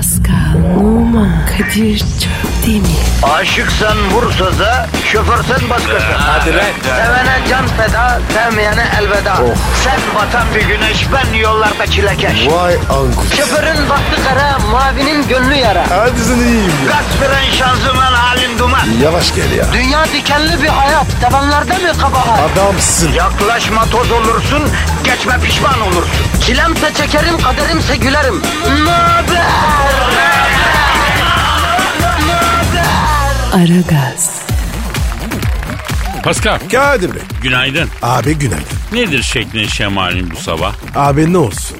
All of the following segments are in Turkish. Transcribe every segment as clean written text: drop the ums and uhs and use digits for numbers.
Pascal, Oman, Kadir çok değil mi? Aşıksan vursa da, şoförsen başkasın. Hadi lan. Sevene can feda, sevmeyene elveda. Sen batan bir güneş, ben yollarda çilekeş. Vay anku. Şoförün baktı kara, mavinin gönlü yara. Hadi sen iyiyim ya. Kasperen şanzıman halin duman. Yavaş gel ya. Dünya dikenli bir hayat, sevenlerde mi kabahar? Adamsın. Yaklaşma toz olursun, geçme pişman olursun. Çilemse çekerim, kaderimse gülerim. Möber! Aragaz, Pascal, Kadir Bey. günaydın. Abi günaydın. Nedir şeklin şemalin bu sabah? Abi ne olsun?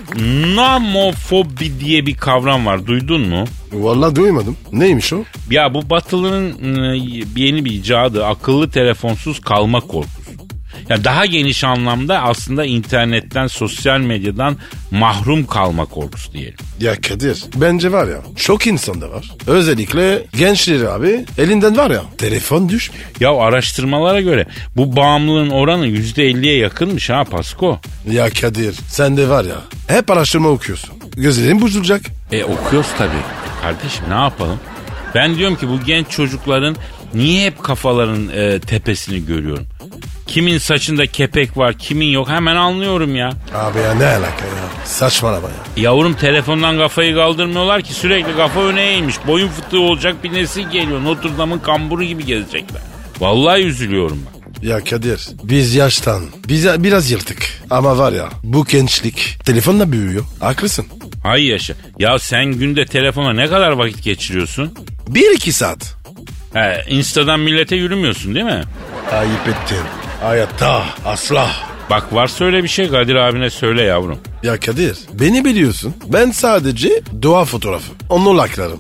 Nomofobi diye bir kavram var. Duydun mu? Vallahi duymadım. Neymiş o? Ya bu Batılı'nın yeni bir icadı, akıllı telefonsuz kalma korkusu. Ya daha geniş anlamda aslında internetten, sosyal medyadan mahrum kalma korkusu diyelim. Ya Kadir bence var ya çok insanda var. Özellikle gençleri abi elinden var ya telefon düşmüyor. Ya araştırmalara göre bu bağımlılığın oranı %50'ye yakınmış ha Pasko. Ya Kadir sen de var ya hep araştırma okuyorsun. Gözlerin bozulacak. Okuyoruz tabii. Kardeşim ne yapalım? Ben diyorum ki bu genç çocukların niye hep kafaların tepesini görüyorum? Kimin saçında kepek var, kimin yok hemen anlıyorum ya. Abi ya ne alaka ya? Saçmalama ya. Yavrum telefondan kafayı kaldırmıyorlar ki, sürekli kafa öne eğilmiş. Boyun fıtığı olacak bir nesil geliyor. Notre Dame'ın kamburu gibi gezecekler. Vallahi üzülüyorum ben. Ya Kadir biz yaştan biraz yırtık. Ama var ya bu gençlik telefonla büyüyor. Haklısın. Hay yaşa. Ya sen günde telefona ne kadar vakit geçiriyorsun? 1-2 saat. Insta'dan millete yürümüyorsun değil mi? Ayıp ettin. Hayatta asla. Bak varsa öyle bir şey Kadir abine söyle yavrum. Ya Kadir beni biliyorsun. Ben sadece doğa fotoğrafı. Onu like'larım.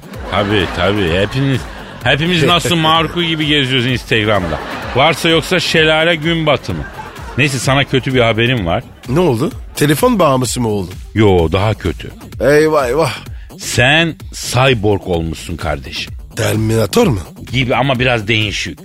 Tabii. Hepimiz nasıl Marco gibi geziyoruz Instagram'da. Varsa yoksa şelale gün batımı. Neyse sana kötü bir haberim var. Ne oldu? Telefon bağımlısı mı oldun? Yo daha kötü. Eyvah. Sen cyborg olmuşsun kardeşim. Terminator mu? Gibi ama biraz değişik.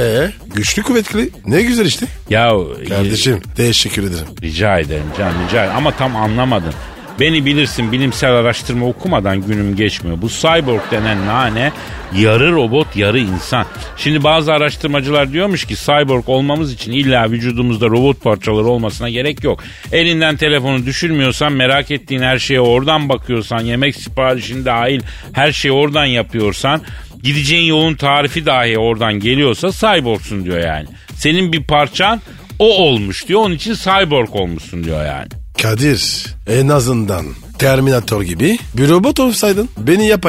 Güçlü kuvvetli. Ne güzel işte. Ya Kardeşim teşekkür ederim. rica ederim canım rica ederim. Ama tam anlamadın. Beni bilirsin, bilimsel araştırma okumadan günüm geçmiyor. Bu cyborg denen nane yarı robot yarı insan. Şimdi bazı araştırmacılar diyormuş ki cyborg olmamız için illa vücudumuzda robot parçaları olmasına gerek yok. Elinden telefonu düşürmüyorsan, merak ettiğin her şeye oradan bakıyorsan, yemek siparişin dahil her şeyi oradan yapıyorsan, gideceğin yolun tarifi dahi oradan geliyorsa cyborgsun diyor yani. Senin bir parçan o olmuş diyor, onun için cyborg olmuşsun diyor yani. Kadir en azından Terminator gibi bir robot olsaydın beni yapa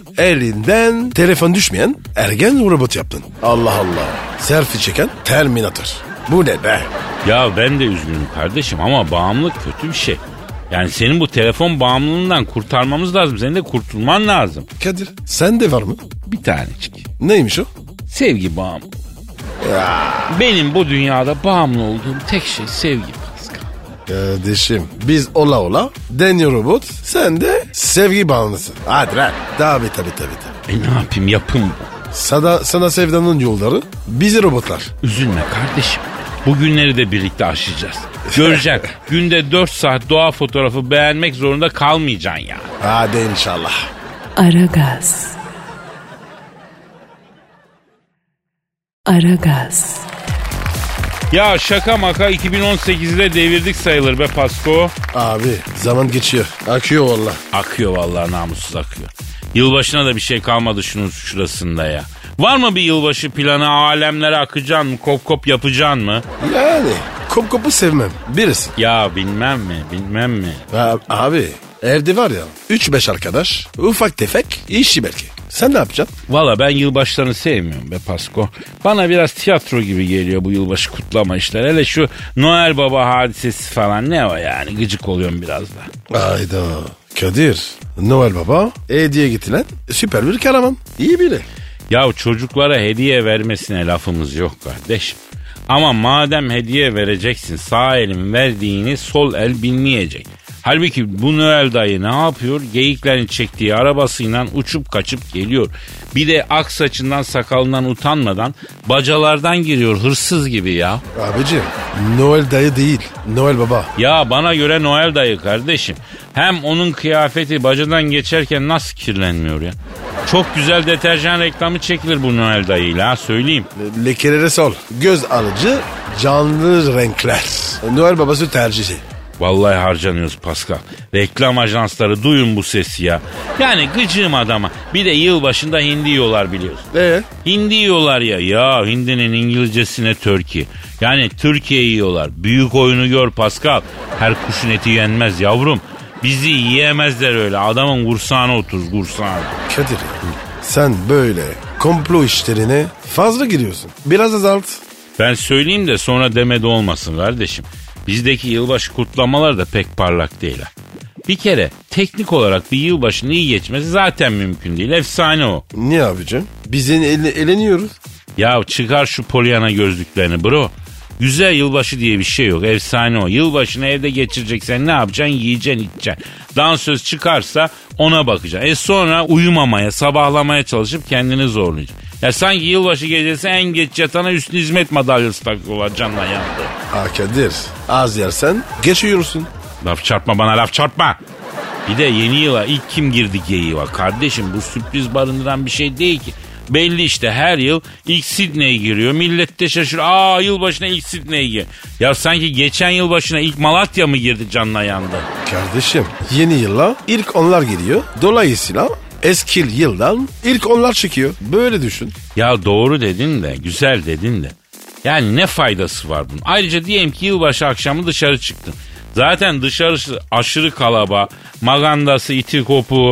elinden telefon düşmeyen ergen robot yaptın. Allah Allah. Selfie çeken Terminator. Bu ne be? Ya ben de üzgünüm kardeşim ama bağımlılık kötü bir şey. Yani senin bu telefon bağımlılığından kurtarmamız lazım. Senin de kurtulman lazım. Kadir sende var mı? Bir tanecik. Neymiş o? Sevgi bağımlılığı. Benim bu dünyada bağımlı olduğum tek şey sevgi Pascal. Kardeşim biz ola deniyor robot, sen de sevgi bağımlısı. Hadi lan. Tabii. Ne yapayım, yapım bu. Sana sevdanın yolları bizi robotlar. Üzülme kardeşim. Bu günleri de birlikte aşacağız. Göreceksin. Günde 4 saat doğa fotoğrafı beğenmek zorunda kalmayacaksın ya. Hadi inşallah. Aragaz. Ya şaka maka 2018'de devirdik sayılır be Pasko. Abi zaman geçiyor. Akıyor valla. Akıyor vallahi, namussuz akıyor. Yılbaşına da bir şey kalmadı şunun şurasında ya. Var mı bir yılbaşı planı, alemlere akacaksın mı, kop yapacaksın mı? Yani kopu sevmem. Birisi. Ya bilmem mi? Abi evde var ya 3-5 arkadaş, ufak tefek işi belki. Sen ne yapacaksın? Valla ben yılbaşlarını sevmiyorum be Pasko. Bana biraz tiyatro gibi geliyor bu yılbaşı kutlama işler. Hele şu Noel Baba hadisesi falan, ne o yani, gıcık oluyorum biraz da. Ayda Kadir, Noel Baba hediye getiren süper bir kahraman. İyi biri. Ya çocuklara hediye vermesine lafımız yok kardeşim. Ama madem hediye vereceksin, sağ elin verdiğini sol el bilmeyecek. Halbuki bu Noel dayı ne yapıyor? Geyiklerin çektiği arabasıyla uçup kaçıp geliyor. Bir de ak saçından sakalından utanmadan bacalardan giriyor hırsız gibi ya. Abicim Noel dayı değil, Noel baba. Ya bana göre Noel dayı kardeşim. Hem onun kıyafeti bacadan geçerken nasıl kirlenmiyor ya? Çok güzel deterjan reklamı çekilir bu Noel dayıyla, söyleyeyim. Lekelere sol, göz alıcı, canlı renkler. Noel babası tercihi. Vallahi harcanıyoruz Pascal. Reklam ajansları duyun bu sesi ya. Yani gıcığım adama. Bir de yılbaşında hindi yiyorlar biliyorsun. Hindi yiyorlar ya. Ya hindinin İngilizcesine Turkey. Yani Türkiye yiyorlar. Büyük oyunu gör Pascal. Her kuşun eti yenmez yavrum. Bizi yiyemezler öyle. Adamın kursağına oturur, kursağına. Kadir sen böyle komplo işlerine fazla giriyorsun. Biraz azalt. Ben söyleyeyim de sonra demede olmasın kardeşim. Bizdeki yılbaşı kutlamalar da pek parlak değil ha. Bir kere teknik olarak bir yılbaşının iyi geçmesi zaten mümkün değil. Efsane o. Niye abicim? Biz eğleniyoruz. Ya çıkar şu Pollyanna gözlüklerini bro. Güzel yılbaşı diye bir şey yok. Efsane o. Yılbaşını evde geçireceksen ne yapacaksın? Yiyeceksin, içeceksin. Dansöz çıkarsa ona bakacaksın. Sonra uyumamaya, sabahlamaya çalışıp kendini zorlayacaksın. Ya sanki yılbaşı gecesi en geç yatana üstün hizmet madalyası takıyorlar canla yandı. Kadir az yersen geç uyursun. Laf çarpma bana, laf çarpma. Bir de yeni yıla ilk kim girdi geyiği var. Kardeşim bu sürpriz barındıran bir şey değil ki. Belli işte her yıl ilk Sydney giriyor. Millet de şaşırıyor. Yılbaşına ilk Sydney gir. Ya sanki geçen yılbaşına ilk Malatya mı girdi canla yandı? Kardeşim yeni yıla ilk onlar giriyor. Dolayısıyla eski yıldan ilk onlar çıkıyor. Böyle düşün. Ya doğru dedin de, güzel dedin de. Yani ne faydası var bunun? Ayrıca diyelim ki yılbaşı akşamı dışarı çıktın. Zaten dışarısı aşırı kalaba, magandası, iti kopu,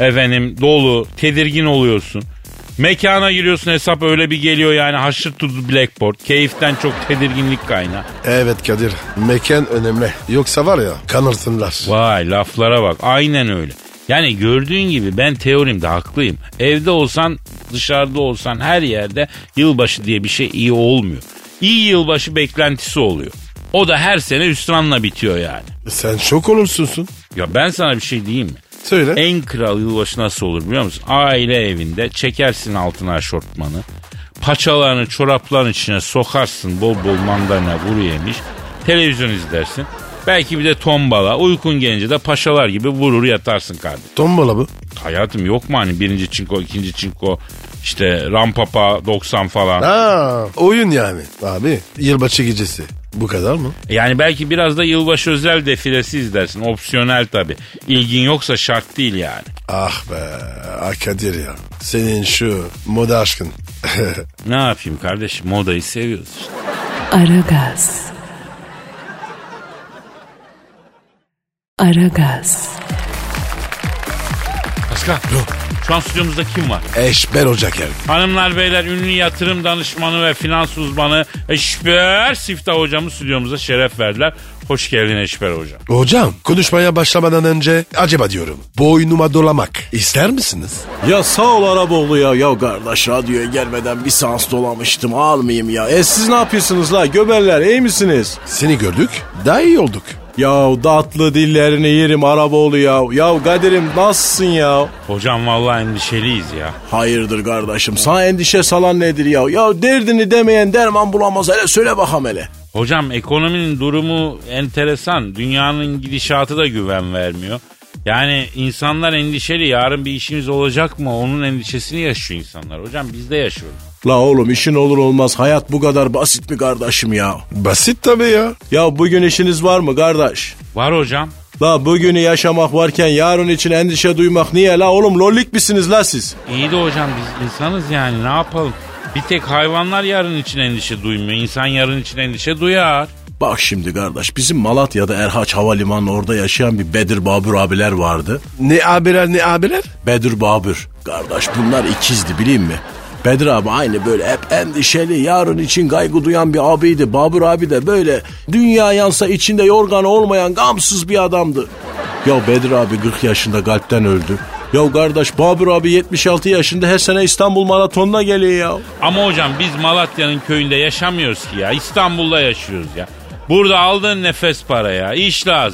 dolu, tedirgin oluyorsun. Mekana giriyorsun, hesap öyle bir geliyor yani haşır tuzu blackboard. Keyiften çok tedirginlik kaynağı. Evet Kadir, mekan önemli. Yoksa var ya kanırsınlar. Vay laflara bak, aynen öyle. Yani gördüğün gibi ben teorimde haklıyım. Evde olsan, dışarıda olsan her yerde yılbaşı diye bir şey iyi olmuyor. İyi yılbaşı beklentisi oluyor. O da her sene hüsranla bitiyor yani. Sen çok olumsuzsun. Ya ben sana bir şey diyeyim mi? Söyle. En kral yılbaşı nasıl olur biliyor musun? Aile evinde çekersin altına şortmanı. Paçalarını çorapların içine sokarsın, bol bol mandalina, kuru yemiş. Televizyon izlersin. Belki bir de tombala. Uykun gelince de paşalar gibi vurur yatarsın kardeşim. Tombala bu. Hayatım yok mu hani birinci çinko, ikinci çinko, işte rampapa 90 falan. Oyun yani. Abi yılbaşı gecesi. Bu kadar mı? Yani belki biraz da yılbaşı özel defilesi izlersin. Opsiyonel tabii. İlgin yoksa şart değil yani. Ah be Kadir ya. Senin şu moda aşkın. Ne yapayım kardeşim, modayı seviyoruz işte. Aragaz. Aragaz. Pascal. Şu an stüdyomuzda kim var? Eşber Ocak yani. Hanımlar beyler, ünlü yatırım danışmanı ve finans uzmanı Eşber Siftah hocamız stüdyomuza şeref verdiler. Hoş geldin Eşber hocam. Hocam konuşmaya başlamadan önce acaba diyorum boynuma dolamak ister misiniz? Ya sağ ol Araboğlu ya. Ya kardeş radyoya gelmeden bir seans dolamıştım, almayayım ya. Siz ne yapıyorsunuz la göberler, iyi misiniz? Seni gördük daha iyi olduk. Ya tatlı dillerini yerim Araboğlu ya. Ya Kadir'im nasılsın ya? Hocam vallahi endişeliyiz ya. Hayırdır kardeşim, sana endişe salan nedir ya? Ya derdini demeyen derman bulamaz, hele söyle bakalım hele. Hocam ekonominin durumu enteresan. Dünyanın gidişatı da güven vermiyor. Yani insanlar endişeli, yarın bir işimiz olacak mı? Onun endişesini yaşıyor insanlar. Hocam biz de yaşıyoruz. La oğlum işin olur olmaz hayat bu kadar basit mi kardeşim ya? Basit tabii ya. Ya bugün işiniz var mı kardeş? Var hocam. La bugünü yaşamak varken yarın için endişe duymak niye la oğlum, lollik misiniz la siz? İyi de hocam biz insanız yani, ne yapalım? Bir tek hayvanlar yarın için endişe duymuyor. İnsan yarın için endişe duyar. Bak şimdi kardeş, bizim Malatya'da Erhaç Havalimanı'nın orada yaşayan bir Bedir Babür abiler vardı. Ne abiler? Bedir Babür. Kardeş bunlar ikizdi bileyim mi? Bedir abi aynı böyle hep endişeli, yarın için kaygı duyan bir abiydi. Babür abi de böyle dünya yansa içinde yorgan olmayan gamsız bir adamdı. Ya Bedir abi 40 yaşında kalpten öldü. Ya kardeş Babür abi 76 yaşında her sene İstanbul Maratonu'na geliyor ya. Ama hocam biz Malatya'nın köyünde yaşamıyoruz ki ya. İstanbul'da yaşıyoruz ya. Burada aldığın nefes para ya. İş lazım.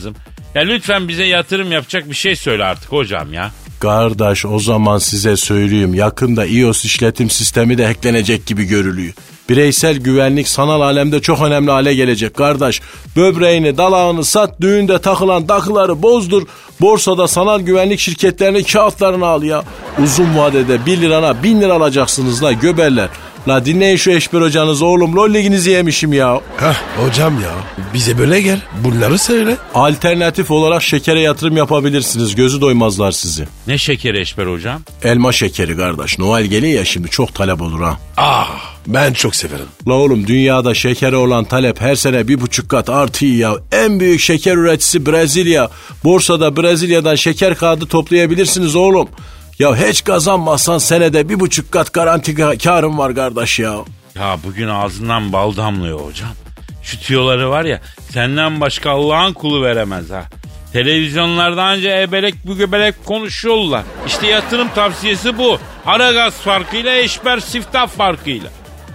Ya lütfen bize yatırım yapacak bir şey söyle artık hocam ya. Kardeş o zaman size söyleyeyim, yakında iOS işletim sistemi de hacklenecek gibi görülüyor. Bireysel güvenlik sanal alemde çok önemli hale gelecek kardeş. Böbreğini, dalağını sat, düğünde takılan takıları bozdur. Borsada sanal güvenlik şirketlerinin kağıtlarını al ya. Uzun vadede 1 lirana 1000 lira alacaksınız la göberler. La dinleyin şu Eşber hocanız oğlum, LOL liginizi yemişim ya. Hocam ya bize böyle gel, bunları söyle. Alternatif olarak şekere yatırım yapabilirsiniz, gözü doymazlar sizi. Ne şekeri Eşber hocam? Elma şekeri kardeş, Noel geliyor ya şimdi, çok talep olur ha. Ben çok severim. La oğlum dünyada şekere olan talep her sene 1,5 kat artıyor ya. En büyük şeker üreticisi Brezilya. Borsada Brezilya'dan şeker kağıdı toplayabilirsiniz oğlum. Ya hiç kazanmazsan senede 1,5 kat garanti karın var kardeş ya. Ya bugün ağzından bal damlıyor hocam. Şu tüyoları var ya, senden başka Allah'ın kulu veremez ha. Televizyonlarda anca ebelek bu göbelek konuşuyorlar. İşte yatırım tavsiyesi bu. Aragaz farkıyla, Eşber siftah farkıyla.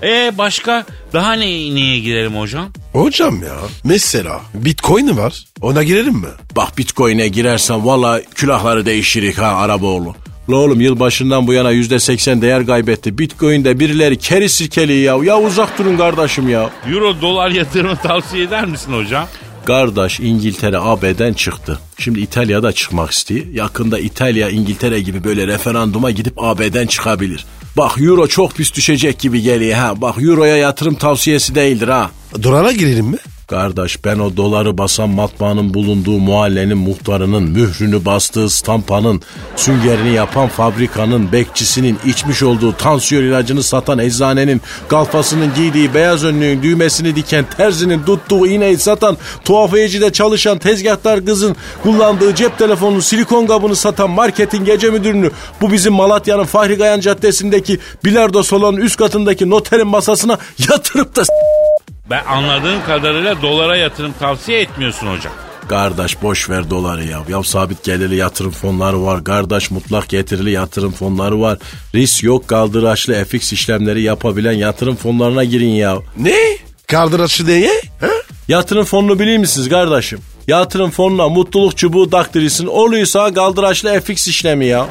Başka daha neye girelim hocam? Hocam ya mesela Bitcoin var, ona girelim mi? Bak Bitcoin'e girersen valla külahları değişirik ha Araboğlu. La oğlum yılbaşından bu yana %80 değer kaybetti. Bitcoin'de birileri keri sirkeliyor ya. Ya uzak durun kardeşim ya. Euro dolar yatırımı tavsiye eder misin hocam? Kardeş İngiltere AB'den çıktı. Şimdi İtalya'da çıkmak istiyor. Yakında İtalya İngiltere gibi böyle referanduma gidip AB'den çıkabilir. Bak euro çok pis düşecek gibi geliyor ha. Bak euroya yatırım tavsiyesi değildir ha. Dolara girelim mi? Kardeş ben o doları basan matbaanın bulunduğu mahallenin muhtarının, mührünü bastığı stampanın, süngerini yapan fabrikanın, bekçisinin, içmiş olduğu tansiyon ilacını satan eczanenin, kalfasının giydiği beyaz önlüğün düğmesini diken terzinin tuttuğu iğneyi satan, tuhafiyecide çalışan tezgahtar kızın kullandığı cep telefonunun silikon kabını satan marketin gece müdürünü, bu bizim Malatya'nın Fahri Gayan Caddesi'ndeki bilardo salonun üst katındaki noterin masasına yatırıp da Ben anladığım kadarıyla dolara yatırım tavsiye etmiyorsun hocam. Kardeş boş ver doları ya. Ya sabit gelirli yatırım fonları var. Kardeş mutlak getirili yatırım fonları var. Risk yok, kaldıraçlı FX işlemleri yapabilen yatırım fonlarına girin ya. Ne? Kaldıraçlı neye? Ha? Yatırım fonunu bilir misiniz kardeşim? Yatırım fonuna mutluluk çubuğu takdirirsin. Oluyorsa kaldıraçlı FX işlemi ya.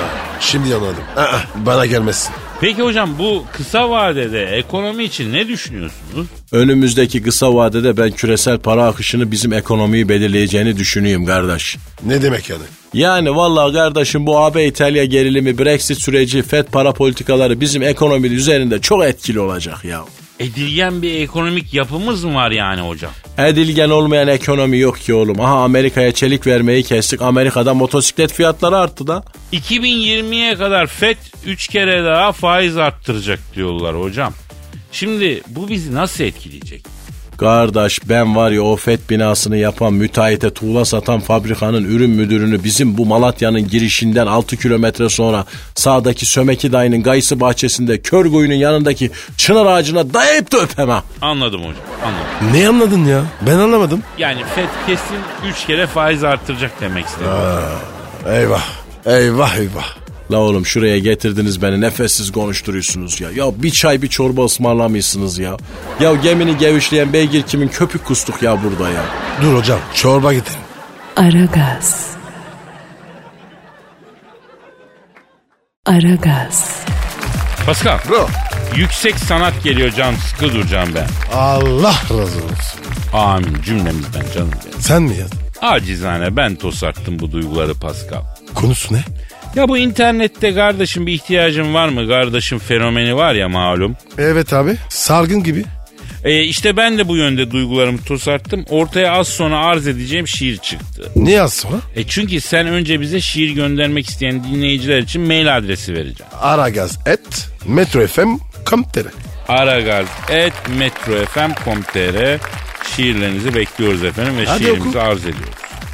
Şimdi anladım. Bana gelmesin. Peki hocam bu kısa vadede ekonomi için ne düşünüyorsunuz? Önümüzdeki kısa vadede ben küresel para akışını bizim ekonomiyi belirleyeceğini düşünüyorum kardeş. Ne demek yani? Yani vallahi kardeşim bu AB-İtalya gerilimi, Brexit süreci, FED para politikaları bizim ekonominin üzerinde çok etkili olacak ya. Edilgen bir ekonomik yapımız mı var yani hocam? Edilgen olmayan ekonomi yok ki oğlum. Aha Amerika'ya çelik vermeyi kestik. Amerika'da motosiklet fiyatları arttı da. 2020'ye kadar FED 3 kere daha faiz arttıracak diyorlar hocam. Şimdi bu bizi nasıl etkileyecek? Kardeş ben var ya o FED binasını yapan, müteahhite tuğla satan fabrikanın ürün müdürünü bizim bu Malatya'nın girişinden 6 kilometre sonra sağdaki Sömeki dayının gayısı bahçesinde Körgoy'un yanındaki çınar ağacına dayayıp da öpem ha. Anladım hocam, anladım. Ne anladın ya? Ben anlamadım. Yani FED kesin 3 kere faiz arttıracak demek istedim. Eyvah. Eyvah eyvah. La oğlum şuraya getirdiniz beni, nefessiz konuşturuyorsunuz ya. Ya bir çay bir çorba ısmarlamışsınız ya. Ya gemini gevişleyen beygir kimin, köpük kustuk ya burada ya. Dur hocam çorba getirin. Aragaz. Aragaz. Pascal. Bro. Yüksek sanat geliyor canım, sıkı duracağım ben. Allah razı olsun. Amin cümlemizden canım benim. Sen mi ya? Acizane ben tosarttım bu duyguları Pascal. Konusu ne? Ya bu internette kardeşim bir ihtiyacın var mı? Kardeşim fenomeni var ya malum. Evet abi, sargın gibi. İşte ben de bu yönde duygularımı tosarttım. Ortaya az sonra arz edeceğim şiir çıktı. Niye az sonra? Çünkü sen önce bize şiir göndermek isteyen dinleyiciler için mail adresi vereceksin. aragaz@metrofm.com.tr aragaz@metrofm.com.tr Şiirlerinizi bekliyoruz efendim ve hadi şiirimizi arz ediyoruz.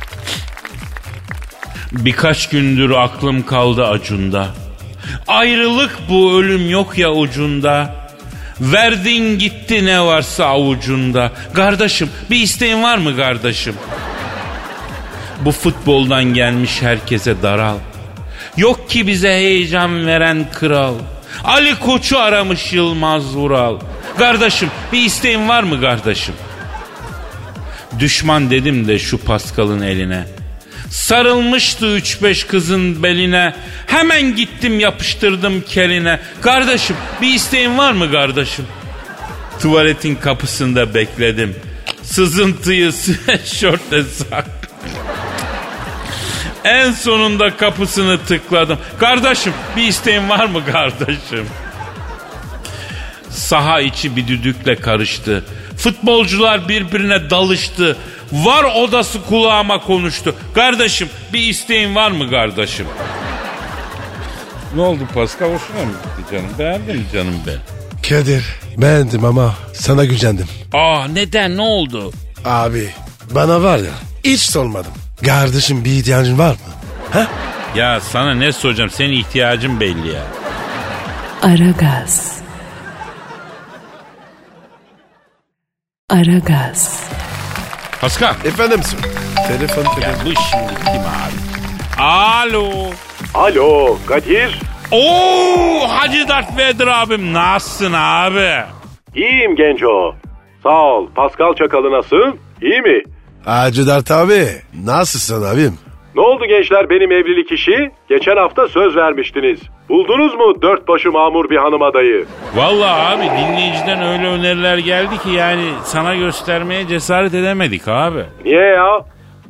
Birkaç gündür aklım kaldı acunda. Ayrılık bu, ölüm yok ya ucunda. Verdin gitti ne varsa avucunda. Kardeşim bir isteğin var mı kardeşim? Bu futboldan gelmiş herkese daral. Yok ki bize heyecan veren kral. Ali Koç'u aramış Yılmaz Vural. Kardeşim bir isteğin var mı kardeşim? Düşman dedim de şu Pascal'ın eline. Sarılmıştı 3-5 kızın beline. Hemen gittim yapıştırdım keline. Kardeşim bir isteğin var mı kardeşim? Tuvaletin kapısında bekledim. Sızıntıyı sweatshirtle sakladım. En sonunda kapısını tıkladım. Kardeşim bir isteğin var mı kardeşim? Saha içi bir düdükle karıştı. Futbolcular birbirine dalıştı. Var odası kulağıma konuştu. Kardeşim bir isteğin var mı kardeşim? Ne oldu Pascal, hoşuna mı gitti canım? Beğendin mi canım ben? Kadir beğendim ama sana gücendim. Neden, ne oldu? Abi bana var ya hiç sormadım. Kardeşim bir ihtiyacın var mı? Ha? Ya sana ne soracağım, senin ihtiyacın belli ya. Aragaz. Aragaz. Pascal. Efendim telefon. Ya bu şimdi kim abi? Alo. Alo Kadir. Hacı Darth Vader abim, nasılsın abi? İyiyim Genco. Sağ ol. Pascal Çakalı nasıl? İyi mi? Hacı Dert abi nasılsın abim? Ne oldu gençler benim evlilik işi? Geçen hafta söz vermiştiniz. Buldunuz mu 4 başı mamur bir hanım adayı? Vallahi abi dinleyiciden öyle öneriler geldi ki yani sana göstermeye cesaret edemedik abi. Niye ya?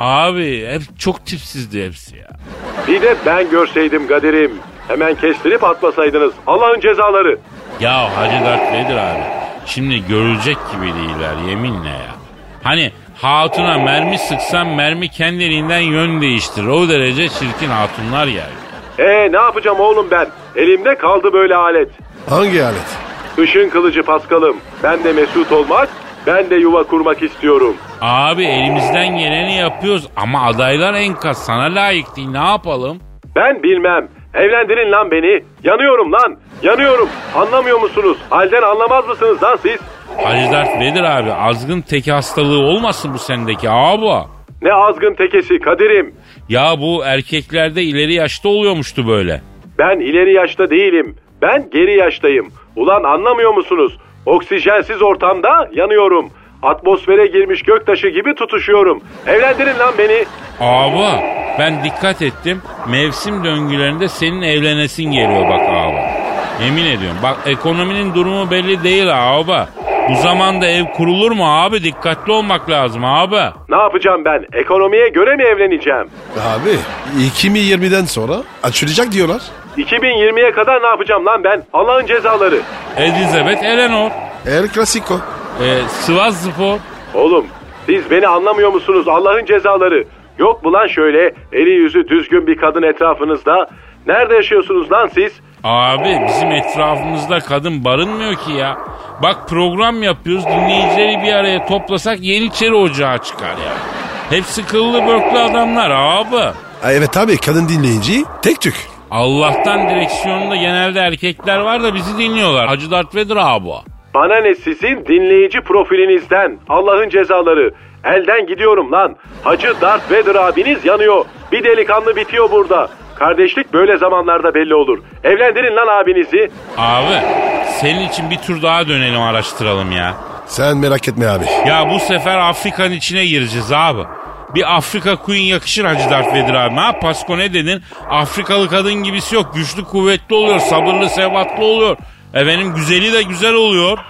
Abi hep çok tipsizdi hepsi ya. Bir de ben görseydim Kadir'im. Hemen kestirip atmasaydınız. Allah'ın cezaları. Ya Hacı Darth Vader abi, şimdi görülecek gibi değiller yeminle ya. Hani hatuna mermi sıksan mermi kendiliğinden yön değiştirir. O derece çirkin hatunlar yani. Ne yapacağım oğlum ben? Elimde kaldı böyle alet. Hangi alet? Işın kılıcı Paskal'ım. Ben de mesut olmak, ben de yuva kurmak istiyorum. Abi elimizden geleni yapıyoruz ama adaylar enkaz, sana layık değil, ne yapalım? Ben bilmem. Evlendirin lan beni. Yanıyorum lan. Yanıyorum. Anlamıyor musunuz? Halden anlamaz mısınız lan siz? Hacı Darth Vader abi, azgın teki hastalığı olmasın bu sendeki abi. Ne azgın tekesi Kadir'im. Ya bu erkeklerde ileri yaşta oluyormuştu böyle. Ben ileri yaşta değilim. Ben geri yaştayım. Ulan anlamıyor musunuz? Oksijensiz ortamda yanıyorum. Atmosfere girmiş göktaşı gibi tutuşuyorum. Evlendirin lan beni. Abi ben dikkat ettim. Mevsim döngülerinde senin evlenesin geliyor bak abi. Yemin ediyorum. Bak ekonominin durumu belli değil abi. Bu zamanda ev kurulur mu abi? Dikkatli olmak lazım abi. Ne yapacağım ben? Ekonomiye göre mi evleneceğim? Abi 2020'den sonra açılacak diyorlar. 2020'ye kadar ne yapacağım lan ben? Allah'ın cezaları. Elizabeth Eleanor. El Clasico. Sivasspor. Oğlum siz beni anlamıyor musunuz? Allah'ın cezaları. Yok mu lan şöyle eli yüzü düzgün bir kadın etrafınızda? Nerede yaşıyorsunuz lan siz? Abi bizim etrafımızda kadın barınmıyor ki ya. Bak program yapıyoruz, dinleyicileri bir araya toplasak Yeniçeri Ocağı çıkar ya. Hepsi kıllı börklü adamlar abi. Evet abi, kadın dinleyici tek tük. Allah'tan direksiyonunda genelde erkekler var da bizi dinliyorlar. Hacı Darth Vader abi. Bana ne sizin dinleyici profilinizden? Allah'ın cezaları. Elden gidiyorum lan. Hacı Darth Vader abiniz yanıyor. Bir delikanlı bitiyor burada. Kardeşlik böyle zamanlarda belli olur. Evlendirin lan abinizi. Abi senin için bir tur daha dönelim, araştıralım ya. Sen merak etme abi. Ya bu sefer Afrika'nın içine gireceğiz abi. Bir Afrika Queen yakışır Hacı Darth Vader abi. Ha Pasko ne dedin? Afrikalı kadın gibisi yok. Güçlü kuvvetli oluyor. Sabırlı sebatlı oluyor. Efendim güzeli de güzel oluyor.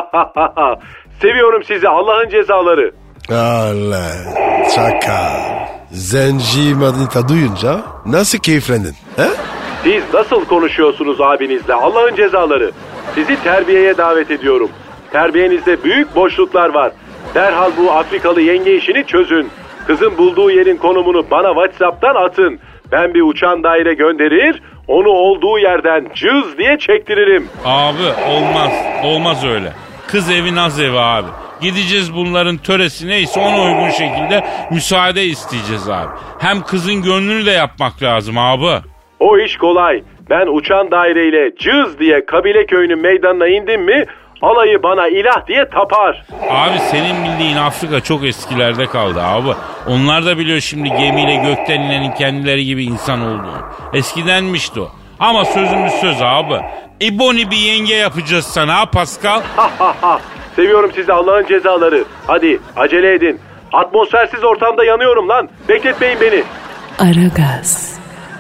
Seviyorum sizi Allah'ın cezaları. Allah çakal. Zenci Madita duyunca nasıl keyiflendin? He? Siz nasıl konuşuyorsunuz abinizle? Allah'ın cezaları. Sizi terbiyeye davet ediyorum. Terbiyenizde büyük boşluklar var. Derhal bu Afrikalı yenge işini çözün. Kızın bulduğu yerin konumunu bana WhatsApp'tan atın. Ben bir uçan daire gönderir, onu olduğu yerden cız diye çektiririm. Abi olmaz. Olmaz öyle. Kız evi naz evi abi. Gideceğiz bunların töresi neyse ona uygun şekilde müsaade isteyeceğiz abi. Hem kızın gönlünü de yapmak lazım abi. O iş kolay. Ben uçan daireyle cız diye kabile köyünün meydanına indim mi alayı bana ilah diye tapar. Abi senin bildiğin Afrika çok eskilerde kaldı abi. Onlar da biliyor şimdi gemiyle gökten inenin kendileri gibi insan olduğunu. Eskidenmişti o. Ama sözümüz söz abi. İboni bir yenge yapacağız sana ha Pascal. Seviyorum sizi Allah'ın cezaları. Hadi acele edin. Atmosfersiz ortamda yanıyorum lan. Bekletmeyin beni. Aragaz.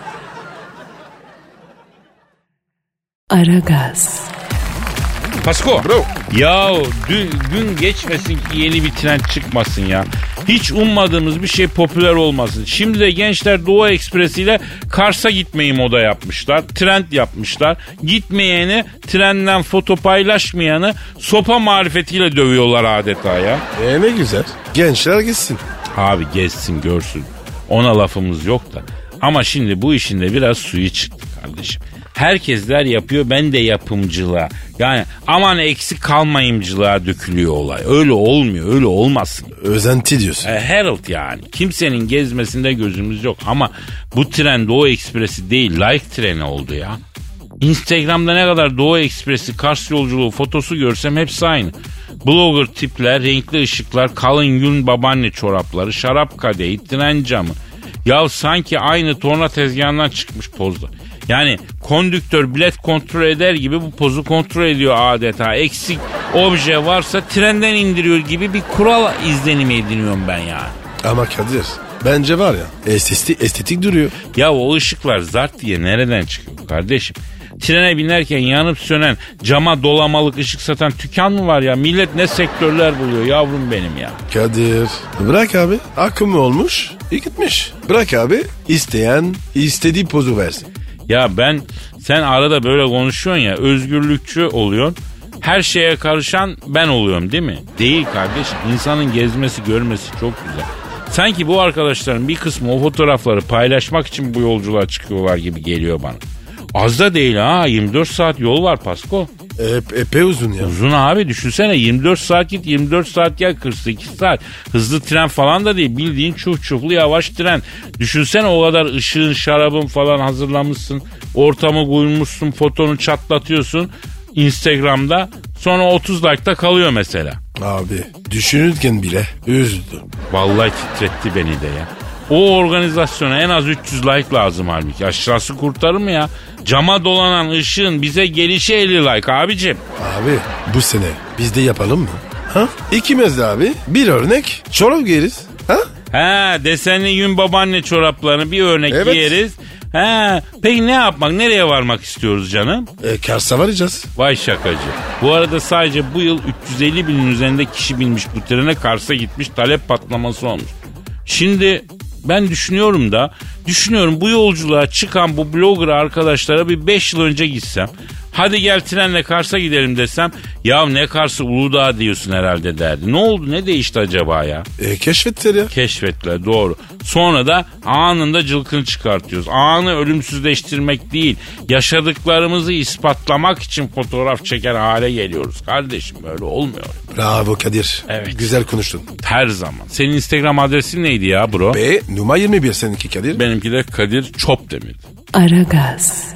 Aragaz. Pasko. Bro. Ya gün geçmesin ki yeni bir trend çıkmasın ya. Hiç ummadığımız bir şey popüler olmasın. Şimdi de gençler Doğu Ekspresi ile Kars'a gitmeyi moda yapmışlar. Trend yapmışlar. Gitmeyeni, trendden foto paylaşmayanı sopa marifetiyle dövüyorlar adeta ya. Ne güzel. Gençler gitsin. Abi gezsin görsün. Ona lafımız yok da. Ama şimdi bu işin de biraz suyu çıktı kardeşim. Herkesler yapıyor, ben de yapımcılığa. Yani aman eksik kalmayımcılığa dökülüyor olay. Öyle olmuyor, öyle olmasın. Özenti diyorsun. Herald yani. Kimsenin gezmesinde gözümüz yok. Ama bu tren Doğu Ekspresi değil, like treni oldu ya. Instagram'da ne kadar Doğu Ekspresi, Kars yolculuğu fotosu görsem hepsi aynı. Blogger tipler, renkli ışıklar, kalın yün babaanne çorapları, şarap kadehi, tren camı. Ya sanki aynı torna tezgahından çıkmış pozda. Yani kondüktör bilet kontrol eder gibi bu pozu kontrol ediyor adeta. Eksik obje varsa trenden indiriyor gibi bir kural izlenimi ediniyorum ben yani. Ama Kadir bence var ya estetik duruyor. Ya o ışıklar zart diye nereden çıkıyor kardeşim? Trene binerken yanıp sönen cama dolamalık ışık satan tükan mı var ya? Millet ne sektörler buluyor yavrum benim ya. Kadir bırak abi, akım olmuş gitmiş. Bırak abi, isteyen istediği pozu versin. Ya sen arada böyle konuşuyorsun ya, özgürlükçü oluyorsun. Her şeye karışan ben oluyorum değil mi? Değil kardeşim. İnsanın gezmesi görmesi çok güzel. Sanki bu arkadaşların bir kısmı o fotoğrafları paylaşmak için bu yolculuğa çıkıyorlar gibi geliyor bana. Az da değil ha, 24 saat yol var Pasko. Epey uzun ya. Uzun abi, düşünsene 24 saat git 24 saat gel, 48 saat. Hızlı tren falan da değil, bildiğin çufçuflu yavaş tren. Düşünsene o kadar ışığın şarabın falan hazırlamışsın. Ortamı koymuşsun, fotonu çatlatıyorsun Instagram'da. Sonra 30 like'ta kalıyor mesela. Abi düşünürken bile üzdü. Vallahi titretti beni de ya. O organizasyona en az 300 like lazım halbuki. Aşağısı kurtarır mı ya? Cama dolanan ışığın bize gelişi 50 like abicim. Abi bu sene biz de yapalım mı? Ha? İkimiz de abi bir örnek çorap giyeriz. Ha? Ha, desenli yün babaanne çoraplarını bir örnek giyeriz. Ha, peki ne yapmak, nereye varmak istiyoruz canım? Kars'a varacağız. Vay şakacı. Bu arada sadece bu yıl 350 binin üzerinde kişi binmiş bu trene, Kars'a gitmiş, talep patlaması olmuş. Şimdi ben düşünüyorum bu yolculuğa çıkan bu blogger arkadaşlara bir 5 yıl önce gitsem. Hadi gel trenle Kars'a gidelim desem. Ya ne Kars'ı, Uludağ diyorsun herhalde derdi. Ne oldu, ne değişti acaba ya? Keşfettiler ya. Keşfettiler, doğru. Sonra da anında cılkını çıkartıyoruz. Anı ölümsüzleştirmek değil, yaşadıklarımızı ispatlamak için fotoğraf çeken hale geliyoruz. Kardeşim böyle olmuyor. Bravo Kadir. Evet. Güzel konuştun. Her zaman. Senin Instagram adresin neydi ya bro? Numara 21 seninki Kadir. Benimki de Kadir Çopdemir. Aragaz.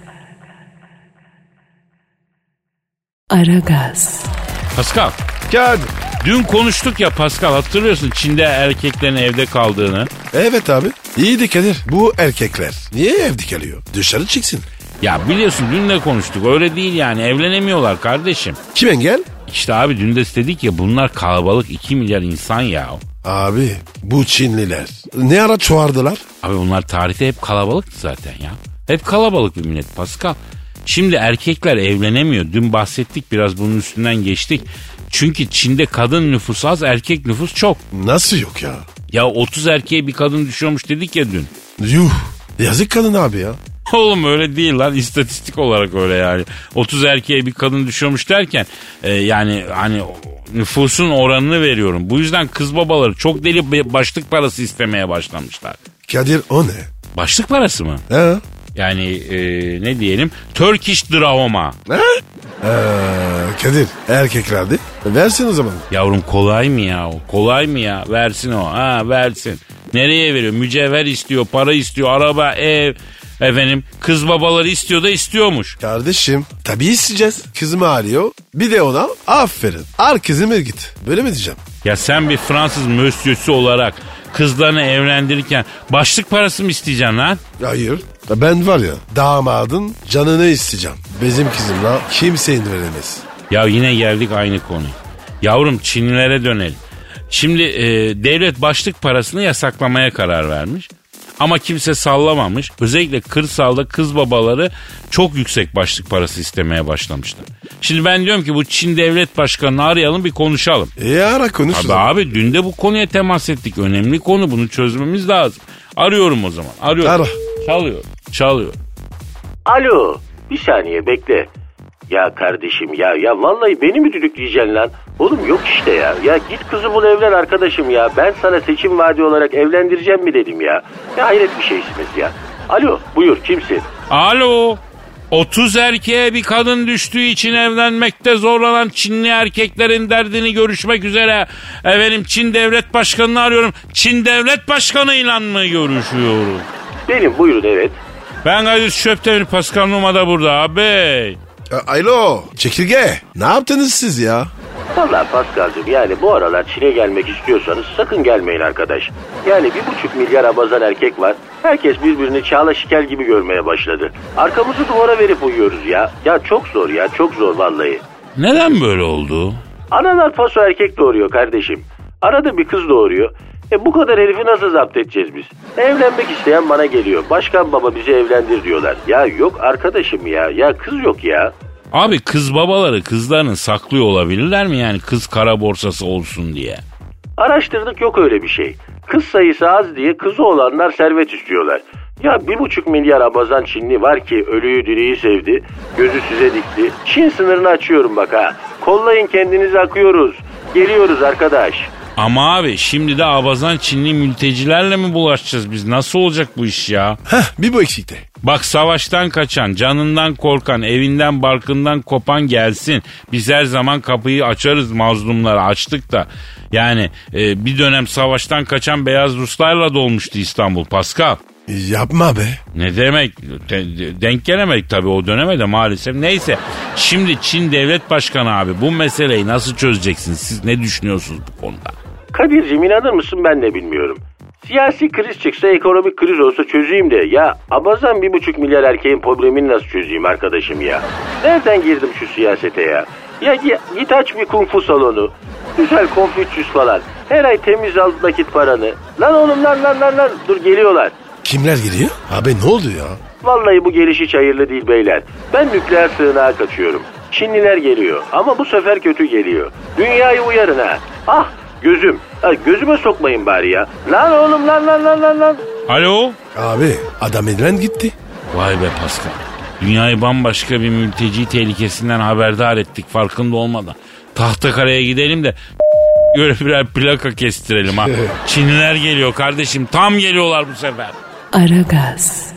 Aragaz. Pascal. Kadir. Dün konuştuk ya Pascal, hatırlıyorsun Çin'de erkeklerin evde kaldığını. Evet abi. İyiydi Kadir. Bu erkekler niye evde kalıyor? Dışarı çıksın. Ya biliyorsun dün de konuştuk, öyle değil yani, evlenemiyorlar kardeşim. Kim engel? İşte abi dün de dedik ya, bunlar kalabalık 2 milyar insan ya. Abi bu Çinliler ne ara çoğardılar? Abi onlar tarihte hep kalabalıktı zaten ya. Hep kalabalık bir millet Pascal. Şimdi erkekler evlenemiyor. Dün bahsettik, biraz bunun üstünden geçtik. Çünkü Çin'de kadın nüfus az, erkek nüfus çok. Nasıl yok ya? Ya 30 erkeğe bir kadın düşüyormuş dedik ya dün. Yuh. Yazık kadın abi ya. Oğlum öyle değil lan, istatistik olarak öyle yani. 30 erkeğe bir kadın düşüyormuş derken yani hani nüfusun oranını veriyorum. Bu yüzden kız babaları çok deli başlık parası istemeye başlamışlar. Kadir o ne? Başlık parası mı? He? Yani ne diyelim? Turkish drama. Ne? Kadir erkeklerdi. Versin o zaman. Yavrum kolay mı ya o? Kolay mı ya? Versin o. Ha versin. Nereye veriyor? Mücevher istiyor, para istiyor, araba, ev. Efendim kız babaları istiyor da istiyormuş. Kardeşim tabii isteyeceğiz. Kızımı arıyor. Bir de ona aferin. Al kızımı git. Böyle mi diyeceğim? Ya sen bir Fransız mösyösü olarak kızlarını evlendirirken başlık parası mı isteyeceksin lan? Hayır. Ben var ya damadın canını isteyeceğim. Bizim kızımla kimse veremez. Ya yine geldik aynı konuya. Yavrum Çinlilere dönelim. Şimdi devlet başlık parasını yasaklamaya karar vermiş. Ama kimse sallamamış. Özellikle kırsalda kız babaları çok yüksek başlık parası istemeye başlamışlar. Şimdi ben diyorum ki bu Çin devlet başkanını arayalım, bir konuşalım. Ara konuşuruz. Abi dün de bu konuya temas ettik. Önemli konu, bunu çözmemiz lazım. Arıyorum o zaman. Arıyorum. Ara. Çalıyor. Alo, bir saniye bekle. Ya kardeşim ya vallahi beni mi düdükleyeceksin lan? Oğlum yok işte ya. Ya git kızı bul, evlen arkadaşım ya. Ben sana seçim vaadi olarak evlendireceğim mi dedim ya. Ya hayret bir şeysiniz ya. Alo, buyur, kimsin? Alo. 30 erkeğe bir kadın düştüğü için evlenmekte zorlanan Çinli erkeklerin derdini görüşmek üzere efendim Çin devlet başkanını arıyorum. Çin devlet başkanıyla mı görüşüyorum? Benim, buyurun, evet. Ben Kadir Çöptemir, Pascal Numa da burada abi. Alo çekirge, ne yaptınız siz ya? Vallahi Pascal'cığım, yani bu aralar Çin'e gelmek istiyorsanız sakın gelmeyin arkadaş. Yani 1,5 milyar abazan erkek var. Herkes birbirini Çağla Şikel gibi görmeye başladı. Arkamızı duvara verip uyuyoruz ya. Ya çok zor ya, çok zor vallahi. Neden böyle oldu? Analar paso erkek doğuruyor kardeşim. Arada bir kız doğuruyor. Bu kadar herifi nasıl zapt edeceğiz biz? Evlenmek isteyen bana geliyor. Başkan baba bizi evlendir diyorlar. Ya yok arkadaşım ya. Ya kız yok ya. Abi kız babaları kızlarını saklıyor olabilirler mi, yani kız kara borsası olsun diye? Araştırdık, yok öyle bir şey. Kız sayısı az diye kızı olanlar servet istiyorlar. Ya 1,5 milyar abazan Çinli var ki ölüyü diriyi sevdi. Gözü size dikti. Çin sınırını açıyorum bak ha. Kollayın kendinizi, akıyoruz. Geliyoruz arkadaş. Ama abi şimdi de abazan Çinli mültecilerle mi bulaşacağız biz? Nasıl olacak bu iş ya? Bir bu eksikti. Bak savaştan kaçan, canından korkan, evinden barkından kopan gelsin. Biz her zaman kapıyı açarız, mazlumlara açtık da. Yani bir dönem savaştan kaçan beyaz Ruslarla dolmuştu İstanbul Pascal. Yapma be. Ne demek? Denk gelemedik tabii o döneme de maalesef. Neyse, şimdi Çin devlet başkanı abi bu meseleyi nasıl çözeceksiniz? Siz ne düşünüyorsunuz bu konuda? Kadir'cim, inanır mısın, ben de bilmiyorum. Siyasi kriz çıksa, ekonomik kriz olsa çözeyim de ya abazan 1,5 milyar erkeğin problemini nasıl çözeyim arkadaşım ya? Nereden girdim şu siyasete ya? Ya git aç bir kung fu salonu. Güzel Konfüçyüs falan. Her ay temiz al nakit paranı. Lan oğlum lan. Dur, geliyorlar. Kimler geliyor? Abi ne oldu ya? Vallahi bu geliş hiç hayırlı değil beyler. Ben nükleer sığınağa kaçıyorum. Çinliler geliyor ama bu sefer kötü geliyor. Dünyayı uyarın ha. Ah gözüm. Gözüme sokmayın bari ya. Lan oğlum lan. Alo? Abi adam elden gitti. Vay be Pascal. Dünyayı bambaşka bir mülteci tehlikesinden haberdar ettik farkında olmadan. Tahtakale'ye gidelim de göre birer plaka kestirelim ha. Çinliler geliyor kardeşim, tam geliyorlar bu sefer. Aragaz.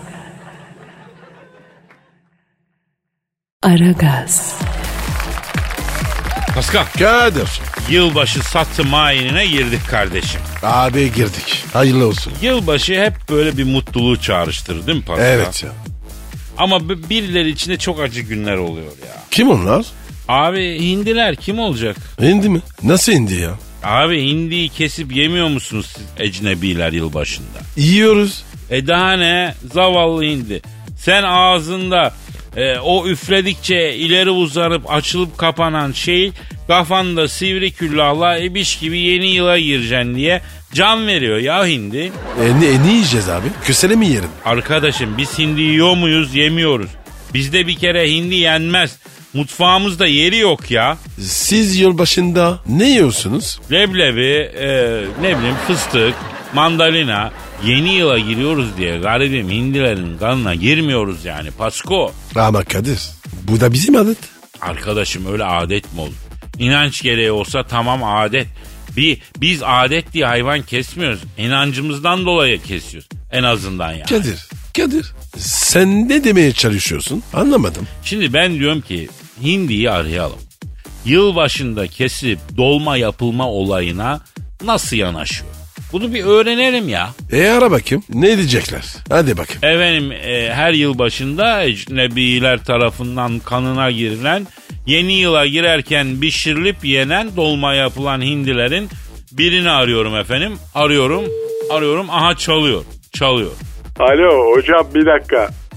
Pascal, Kadir. yılbaşı satı mayinine girdik kardeşim. Abi girdik. Hayırlı olsun. Yılbaşı hep böyle bir mutluluğu çağrıştırır değil mi Pascal? Evet ya. Ama birileri için de çok acı günler oluyor ya. Kim onlar? Abi hindiler kim olacak? Hindi mi? Nasıl hindi ya? Abi hindiyi kesip yemiyor musunuz siz ecnebiler yılbaşında? Yiyoruz. Daha ne? Zavallı hindi. Sen ağzında o üfledikçe ileri uzanıp açılıp kapanan şey kafanda sivri küllahla ibiş gibi yeni yıla gireceksin diye can veriyor ya hindi. Ne yiyeceğiz abi? Kösele mi yiyelim? Arkadaşım biz hindi yiyor muyuz? Yemiyoruz. Bizde bir kere hindi yenmez. Mutfağımızda yeri yok ya. Siz yılbaşında ne yiyorsunuz? Leblebi, ne bileyim fıstık, mandalina. Yeni yıla giriyoruz diye garibim hindilerin kanına girmiyoruz yani Pasko. Ama Kadir bu da bizim adet. Arkadaşım öyle adet mi olur? İnanç gereği olsa tamam adet. Biz adet diye hayvan kesmiyoruz. İnancımızdan dolayı kesiyoruz. En azından yani. Kadir sen ne demeye çalışıyorsun? Anlamadım. Şimdi ben diyorum ki hindiyi arayalım. Yılbaşında kesip dolma yapılma olayına nasıl yanaşıyor? Bunu bir öğrenelim ya. Ara bakayım ne diyecekler? Hadi bakayım. Efendim her yılbaşında ecnebiler tarafından kanına girilen, yeni yıla girerken pişirilip yenen, dolma yapılan hindilerin birini arıyorum efendim. Arıyorum. Aha çalıyor. Alo hocam, bir dakika.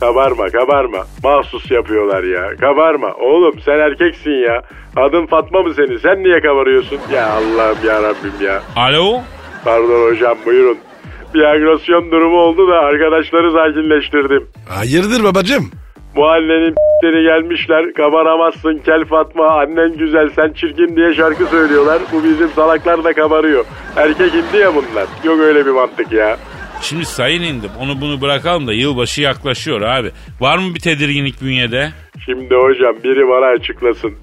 Kabarma. Mahsus yapıyorlar ya. Kabarma. Oğlum sen erkeksin ya. Adın Fatma mı senin? Sen niye kabarıyorsun? Ya Allah'ım ya Rabbim ya. Alo? Pardon hocam, buyurun. Bir agresyon durumu oldu da arkadaşları sakinleştirdim. Hayırdır babacığım? Mahallenin p***leri gelmişler. Kabaramazsın kel Fatma, annen güzel sen çirkin diye şarkı söylüyorlar. Bu bizim salaklar da kabarıyor. Erkek indi ya bunlar. Yok öyle bir mantık ya. Şimdi sayın indim. Onu bunu bırakalım da yılbaşı yaklaşıyor abi. Var mı bir tedirginlik bünyede? Şimdi hocam biri bana açıklasın.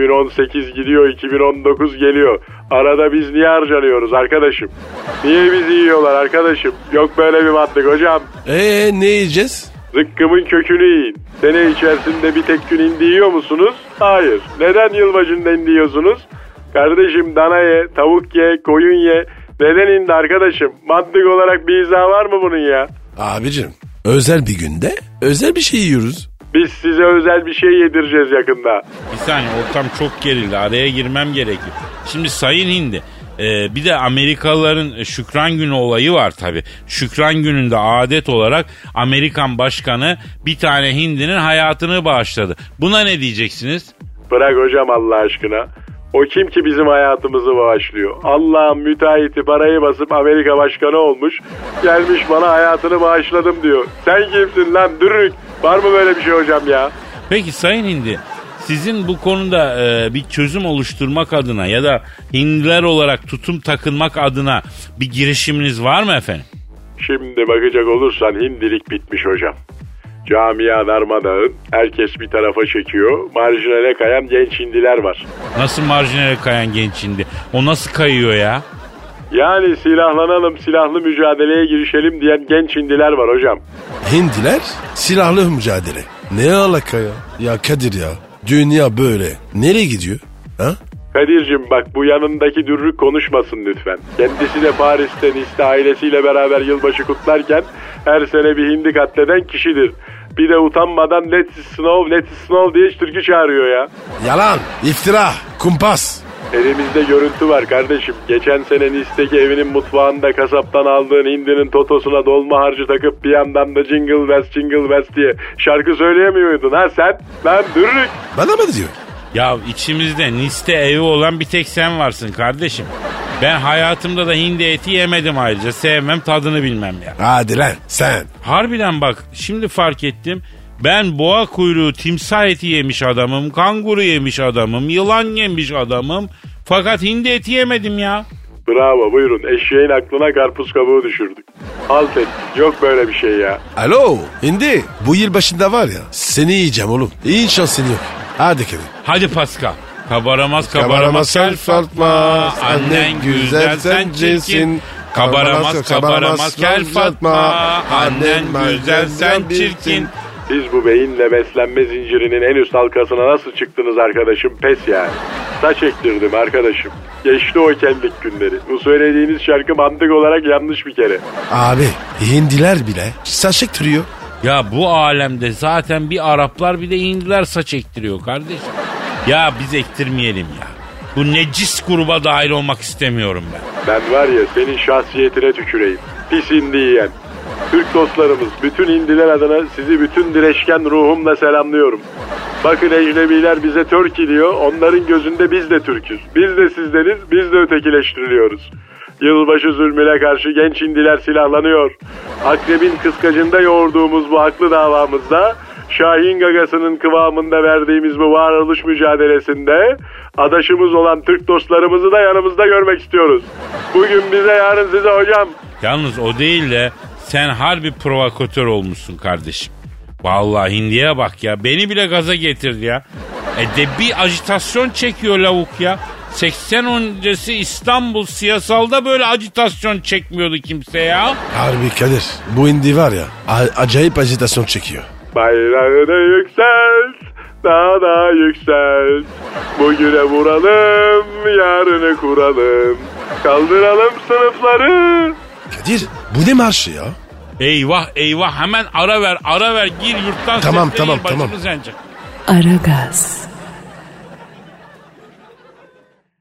2018 gidiyor, 2019 geliyor. Arada biz niye harcanıyoruz arkadaşım? Niye bizi yiyorlar arkadaşım? Yok böyle bir mantık hocam. Ne yiyeceğiz? Zıkkımın kökünü yiyin. Sene içerisinde bir tek gün hindi yiyor musunuz? Hayır. Neden yılbaşında hindi yiyorsunuz? Kardeşim dana ye, tavuk ye, koyun ye. Neden indi arkadaşım? Mantık olarak bir izah var mı bunun ya? Abicim özel bir günde özel bir şey yiyoruz. Biz size özel bir şey yedireceğiz yakında. Bir saniye, ortam çok gerildi. Araya girmem gerekiyor. Şimdi sayın hindi, bir de Amerikalıların Şükran Günü olayı var tabii. Şükran Günü'nde adet olarak Amerikan başkanı bir tane hindinin hayatını bağışladı. Buna ne diyeceksiniz? Bırak hocam Allah aşkına. O kim ki bizim hayatımızı bağışlıyor? Allah'ın müteahhiti parayı basıp Amerika başkanı olmuş. Gelmiş bana hayatını bağışladım diyor. Sen kimsin lan dürük? Var mı böyle bir şey hocam ya? Peki sayın hindi, sizin bu konuda bir çözüm oluşturmak adına ya da hindiler olarak tutum takınmak adına bir girişiminiz var mı efendim? Şimdi bakacak olursan hindilik bitmiş hocam. Camia darmadağın, herkes bir tarafa çekiyor. Marjinale kayan genç hindiler var. Nasıl marjinale kayan genç hindi? O nasıl kayıyor ya? Yani silahlanalım, silahlı mücadeleye girişelim diyen genç hindiler var hocam. Hindiler silahlı mücadele. Ne alaka ya? Ya Kadir ya, dünya böyle. Nereye gidiyor? Ha? Kadir'cim bak bu yanındaki dürrük konuşmasın lütfen. Kendisi de Paris'te Nice'de ailesiyle beraber yılbaşı kutlarken her sene bir hindi katleden kişidir. Bir de utanmadan let it snow diye türkü çağırıyor ya. Yalan, iftira, kumpas. Elimizde görüntü var kardeşim. Geçen sene Nice'deki evinin mutfağında kasaptan aldığın hindinin totosuna dolma harcı takıp bir yandan da jingle bells diye şarkı söyleyemiyordun ha sen? Lan dürrük. Bana mı diyor? Ya içimizde Nice'de evi olan bir tek sen varsın kardeşim. Ben hayatımda da hindi eti yemedim ayrıca. Sevmem, tadını bilmem ya. Hadi lan sen. Harbiden bak, şimdi fark ettim. Ben boğa kuyruğu timsah eti yemiş adamım, kanguru yemiş adamım, yılan yemiş adamım. Fakat hindi eti yemedim ya. Bravo, buyurun. Eşeğin aklına karpuz kabuğu düşürdük. Halt ettik. Yok böyle bir şey ya. Alo hindi, bu yıl başında var ya seni yiyeceğim oğlum. İyi şansın yok. Hadi Kadir. Hadi Pascal. Kabaramaz kel Fatma. Annen güzel sen çirkin. Kabaramaz kel Fatma. Annen güzel sen çirkin. Siz bu beyinle beslenme zincirinin en üst halkasına nasıl çıktınız arkadaşım? Pes yani. Saç ektirdim arkadaşım. Geçti o kellik günleri. Bu söylediğiniz şarkı mantık olarak yanlış bir kere. Abi hindiler bile saç ektiriyor. Ya bu alemde zaten bir Araplar bir de Hindiler saç ektiriyor kardeşim. Ya biz ektirmeyelim ya. Bu necis gruba dahil olmak istemiyorum ben. Ben var ya senin şahsiyetine tüküreyim. Pis hindi yiyen. Türk dostlarımız, bütün hindiler adına sizi bütün direşken ruhumla selamlıyorum. Bakın ecnebiler bize Türk diyor, onların gözünde biz de Türk'üz. Biz de sizdeniz, biz de ötekileştiriliyoruz. Yılbaşı zulmüne karşı genç hindiler silahlanıyor. Akrebin kıskacında yoğurduğumuz bu haklı davamızda, Şahin gagasının kıvamında verdiğimiz bu varoluş mücadelesinde adaşımız olan Türk dostlarımızı da yanımızda görmek istiyoruz. Bugün bize, yarın size hocam. Yalnız o değil de sen harbi provokatör olmuşsun kardeşim. Vallahi hindiye bak ya, beni bile gaza getirdi ya. De bir ajitasyon çekiyor lavuk ya. 80 öncesi İstanbul siyasalda böyle ajitasyon çekmiyordu kimse ya. Harbi Kadir, bu hindi var ya acayip ajitasyon çekiyor. Bayrağını yükselt, daha da yükselt. Bugüne vuralım, yarını kuralım. Kaldıralım sınıfları. Kadir, bu ne marşı ya? Eyvah hemen ara ver gir yurttan Tamam. başımız yanacak. Aragaz.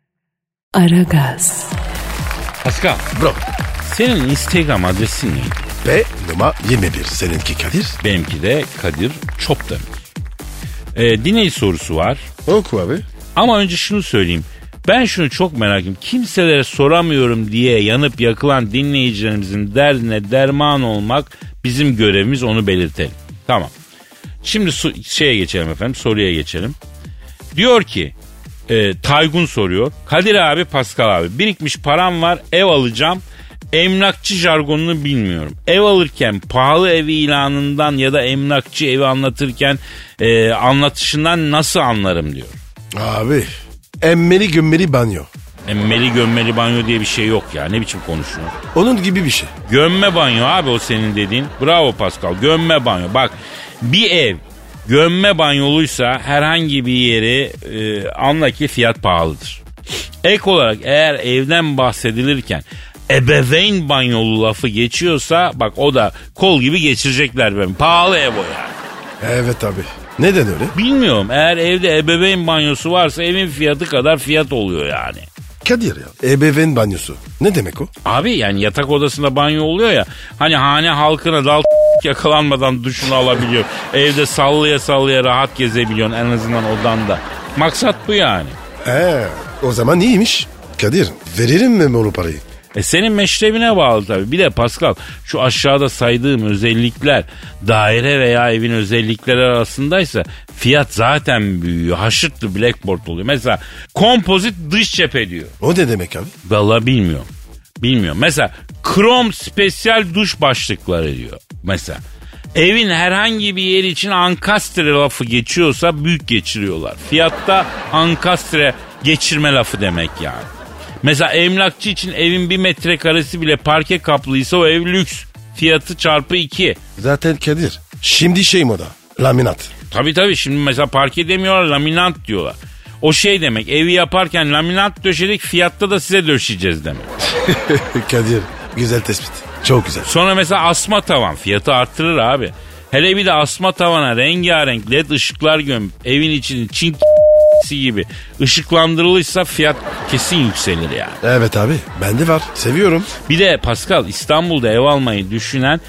Pascal. Bro. Senin Instagram adresin neydi? Ve numara 21. Seninki Kadir. Benimki de Kadir Çopdemir. Dinleyici sorusu var. Oku abi. Ama önce şunu söyleyeyim. Ben şunu çok merak ediyorum. Kimselere soramıyorum diye yanıp yakılan dinleyicilerimizin derdine derman olmak bizim görevimiz, onu belirtelim. Tamam. Şimdi şeye geçelim efendim, soruya geçelim. Diyor ki Taygun soruyor. Kadir abi, Pascal abi, birikmiş param var, ev alacağım. Emlakçı jargonunu bilmiyorum. Ev alırken pahalı ev ilanından ya da emlakçı evi anlatırken anlatışından nasıl anlarım diyor. Abi emmeli gömmeli banyo. Emmeli gömmeli banyo diye bir şey yok ya. Ne biçim konuşuyorsun? Onun gibi bir şey. Gömme banyo abi o senin dediğin. Bravo Pascal. Gömme banyo. Bak, bir ev gömme banyoluysa herhangi bir yeri anla ki fiyat pahalıdır. Ek olarak eğer evden bahsedilirken ebeveyn banyolu lafı geçiyorsa bak, o da kol gibi geçirecekler benim. Pahalı ev o yani. Evet abi. Neden öyle? Bilmiyorum. Eğer evde ebeveyn banyosu varsa evin fiyatı kadar fiyat oluyor yani. Kadir ya, ebeveyn banyosu. Ne demek o? Abi yani yatak odasında banyo oluyor ya. Hani hane halkına dal yakalanmadan duşunu alabiliyor. Evde sallaya sallaya rahat gezebiliyorsun en azından odanda. Maksat bu yani. O zaman iyiymiş. Kadir, veririm mi o parayı? Senin meşrebine bağlı tabii. Bir de Pascal, şu aşağıda saydığım özellikler daire veya evin özellikleri arasındaysa fiyat zaten büyüyor. Haşırtlı blackboard oluyor. Mesela kompozit dış cephe diyor. O ne demek abi? Vallahi bilmiyorum. Bilmiyorum. Mesela krom spesyal duş başlıkları diyor. Mesela evin herhangi bir yeri için ankastre lafı geçiyorsa büyük geçiriyorlar. Fiyatta ankastre geçirme lafı demek yani. Mesela emlakçı için evin 1 metrekaresi bile parke kaplıysa o ev lüks. Fiyatı çarpı 2. Zaten Kadir, şimdi şey moda, laminat. Tabii şimdi mesela parke demiyorlar, laminat diyorlar. O şey demek, evi yaparken laminat döşedik, fiyatta da size döşeyeceğiz demek. Kadir, güzel tespit. Çok güzel. Sonra mesela asma tavan fiyatı arttırır abi. Hele bir de asma tavana rengarenk led ışıklar gömüp evin içini Çin gibi ışıklandırılırsa fiyat kesin yükselir yani. Evet abi, bende var. Seviyorum. Bir de Pascal, İstanbul'da ev almayı düşünen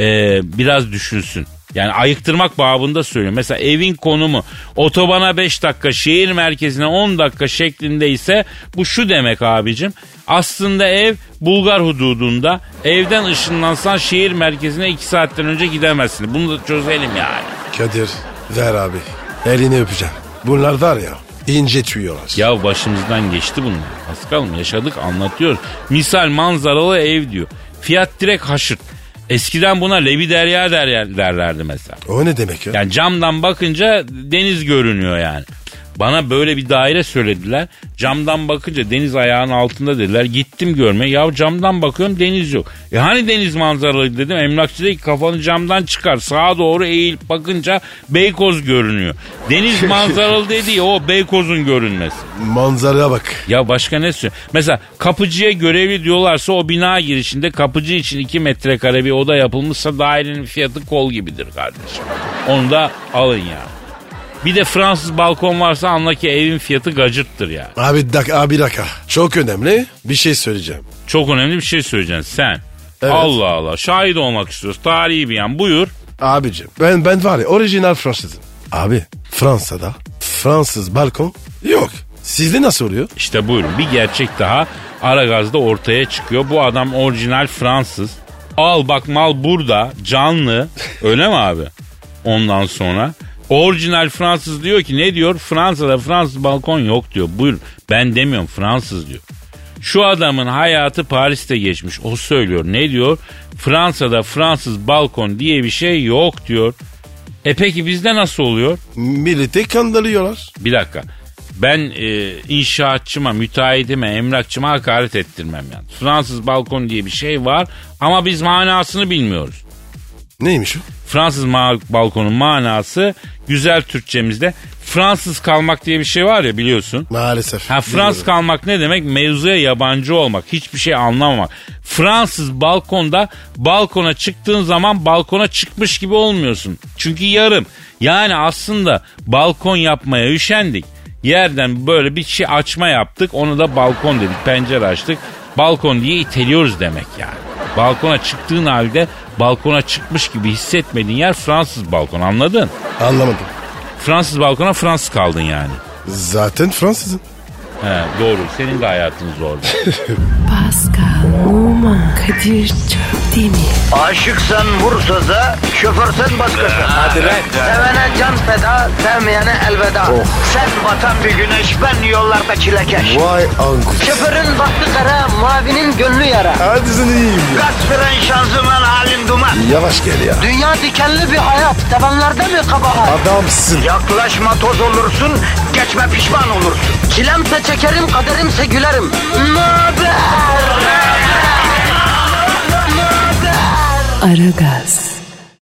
biraz düşünsün. Yani ayıktırmak babında söylüyorum. Mesela evin konumu otobana 5 dakika, şehir merkezine 10 dakika şeklindeyse bu şu demek abicim. Aslında ev Bulgar hududunda, evden ışınlansan şehir merkezine 2 saatten önce gidemezsin. Bunu da çözelim yani. Kadir, ver abi. Elini öpeceğim. Bunlar var ya, ince tüyüyorlar. Ya başımızdan geçti bunlar. Paskal'ım, yaşadık, anlatıyoruz. Misal manzaralı ev diyor. Fiyat direkt haşırt. Eskiden buna lebi derya derlerdi mesela. O ne demek ya? Yani camdan bakınca deniz görünüyor yani. Bana böyle bir daire söylediler. Camdan bakınca deniz ayağının altında dediler. Gittim görmeye. Ya camdan bakıyorum, deniz yok. Hani deniz manzaralı dedim. Emlakçı dedi ki kafanı camdan çıkar. Sağa doğru eğilip bakınca Beykoz görünüyor. Deniz manzaralı dediği o Beykoz'un görünmesi. Manzaraya bak. Ya başka ne söylüyor? Mesela kapıcıya görevli diyorlarsa o bina girişinde kapıcı için 2 metrekare bir oda yapılmışsa dairenin fiyatı kol gibidir kardeşim. Onu da alın yani. Bir de Fransız balkon varsa anla ki evin fiyatı gacırttır yani. Abi dakika. Çok önemli bir şey söyleyeceğim. Çok önemli bir şey söyleyeceksin sen. Evet. Allah Allah, şahit olmak istiyoruz. Tarihi bir yan, buyur. Abicim ben var ya, orijinal Fransızım. Abi Fransa'da Fransız balkon yok. Sizde nasıl oluyor? İşte buyurun, bir gerçek daha Aragaz'da ortaya çıkıyor. Bu adam orijinal Fransız. Al bak, mal burada canlı, öyle mi abi? Ondan sonra orijinal Fransız diyor ki, ne diyor? Fransa'da Fransız balkon yok diyor. Buyur, ben demiyorum, Fransız diyor. Şu adamın hayatı Paris'te geçmiş, o söylüyor. Ne diyor? Fransa'da Fransız balkon diye bir şey yok diyor. Peki bizde nasıl oluyor? Milleti kandırıyorlar. Bir dakika. Ben inşaatçıma, müteahhitime, emlakçıma hakaret ettirmem yani. Fransız balkon diye bir şey var ama biz manasını bilmiyoruz. Neymiş o? Fransız balkonun manası güzel Türkçemizde Fransız kalmak diye bir şey var ya, biliyorsun. Maalesef. Fransız kalmak ne demek? Mevzuya yabancı olmak, hiçbir şey anlamamak. Fransız balkonda balkona çıktığın zaman balkona çıkmış gibi olmuyorsun. Çünkü yarım. Yani aslında balkon yapmaya üşendik. Yerden böyle bir şey açma yaptık. Onu da balkon dedik. Pencere açtık. Balkon diye iteliyoruz demek yani. Balkona çıktığın halde balkona çıkmış gibi hissetmediğin yer Fransız balkon, anladın? Anlamadım. Fransız balkona Fransız kaldın yani. Zaten Fransızım. He, doğru, senin de hayatın zor. Pascal, Oman, Kadir çok değil mi? Aşıksan vursa da, şoförsen başkasın. Hadi lan. Sevene can feda, sevmeyene elveda. Sen batan bir güneş, ben yollarda çilekeş. Vay anku. Şoförün baktı kara, mavinin gönlü yara. Hadi sen iyiyim ya. Kasperen şanzıman halin duman. Yavaş gel ya. Dünya dikenli bir hayat, sevenlerde mi kabahar? Adamsın. Yaklaşma toz olursun, geçme pişman olursun. Çilemse çekerim, kaderimse gülerim. Möber! Aragaz.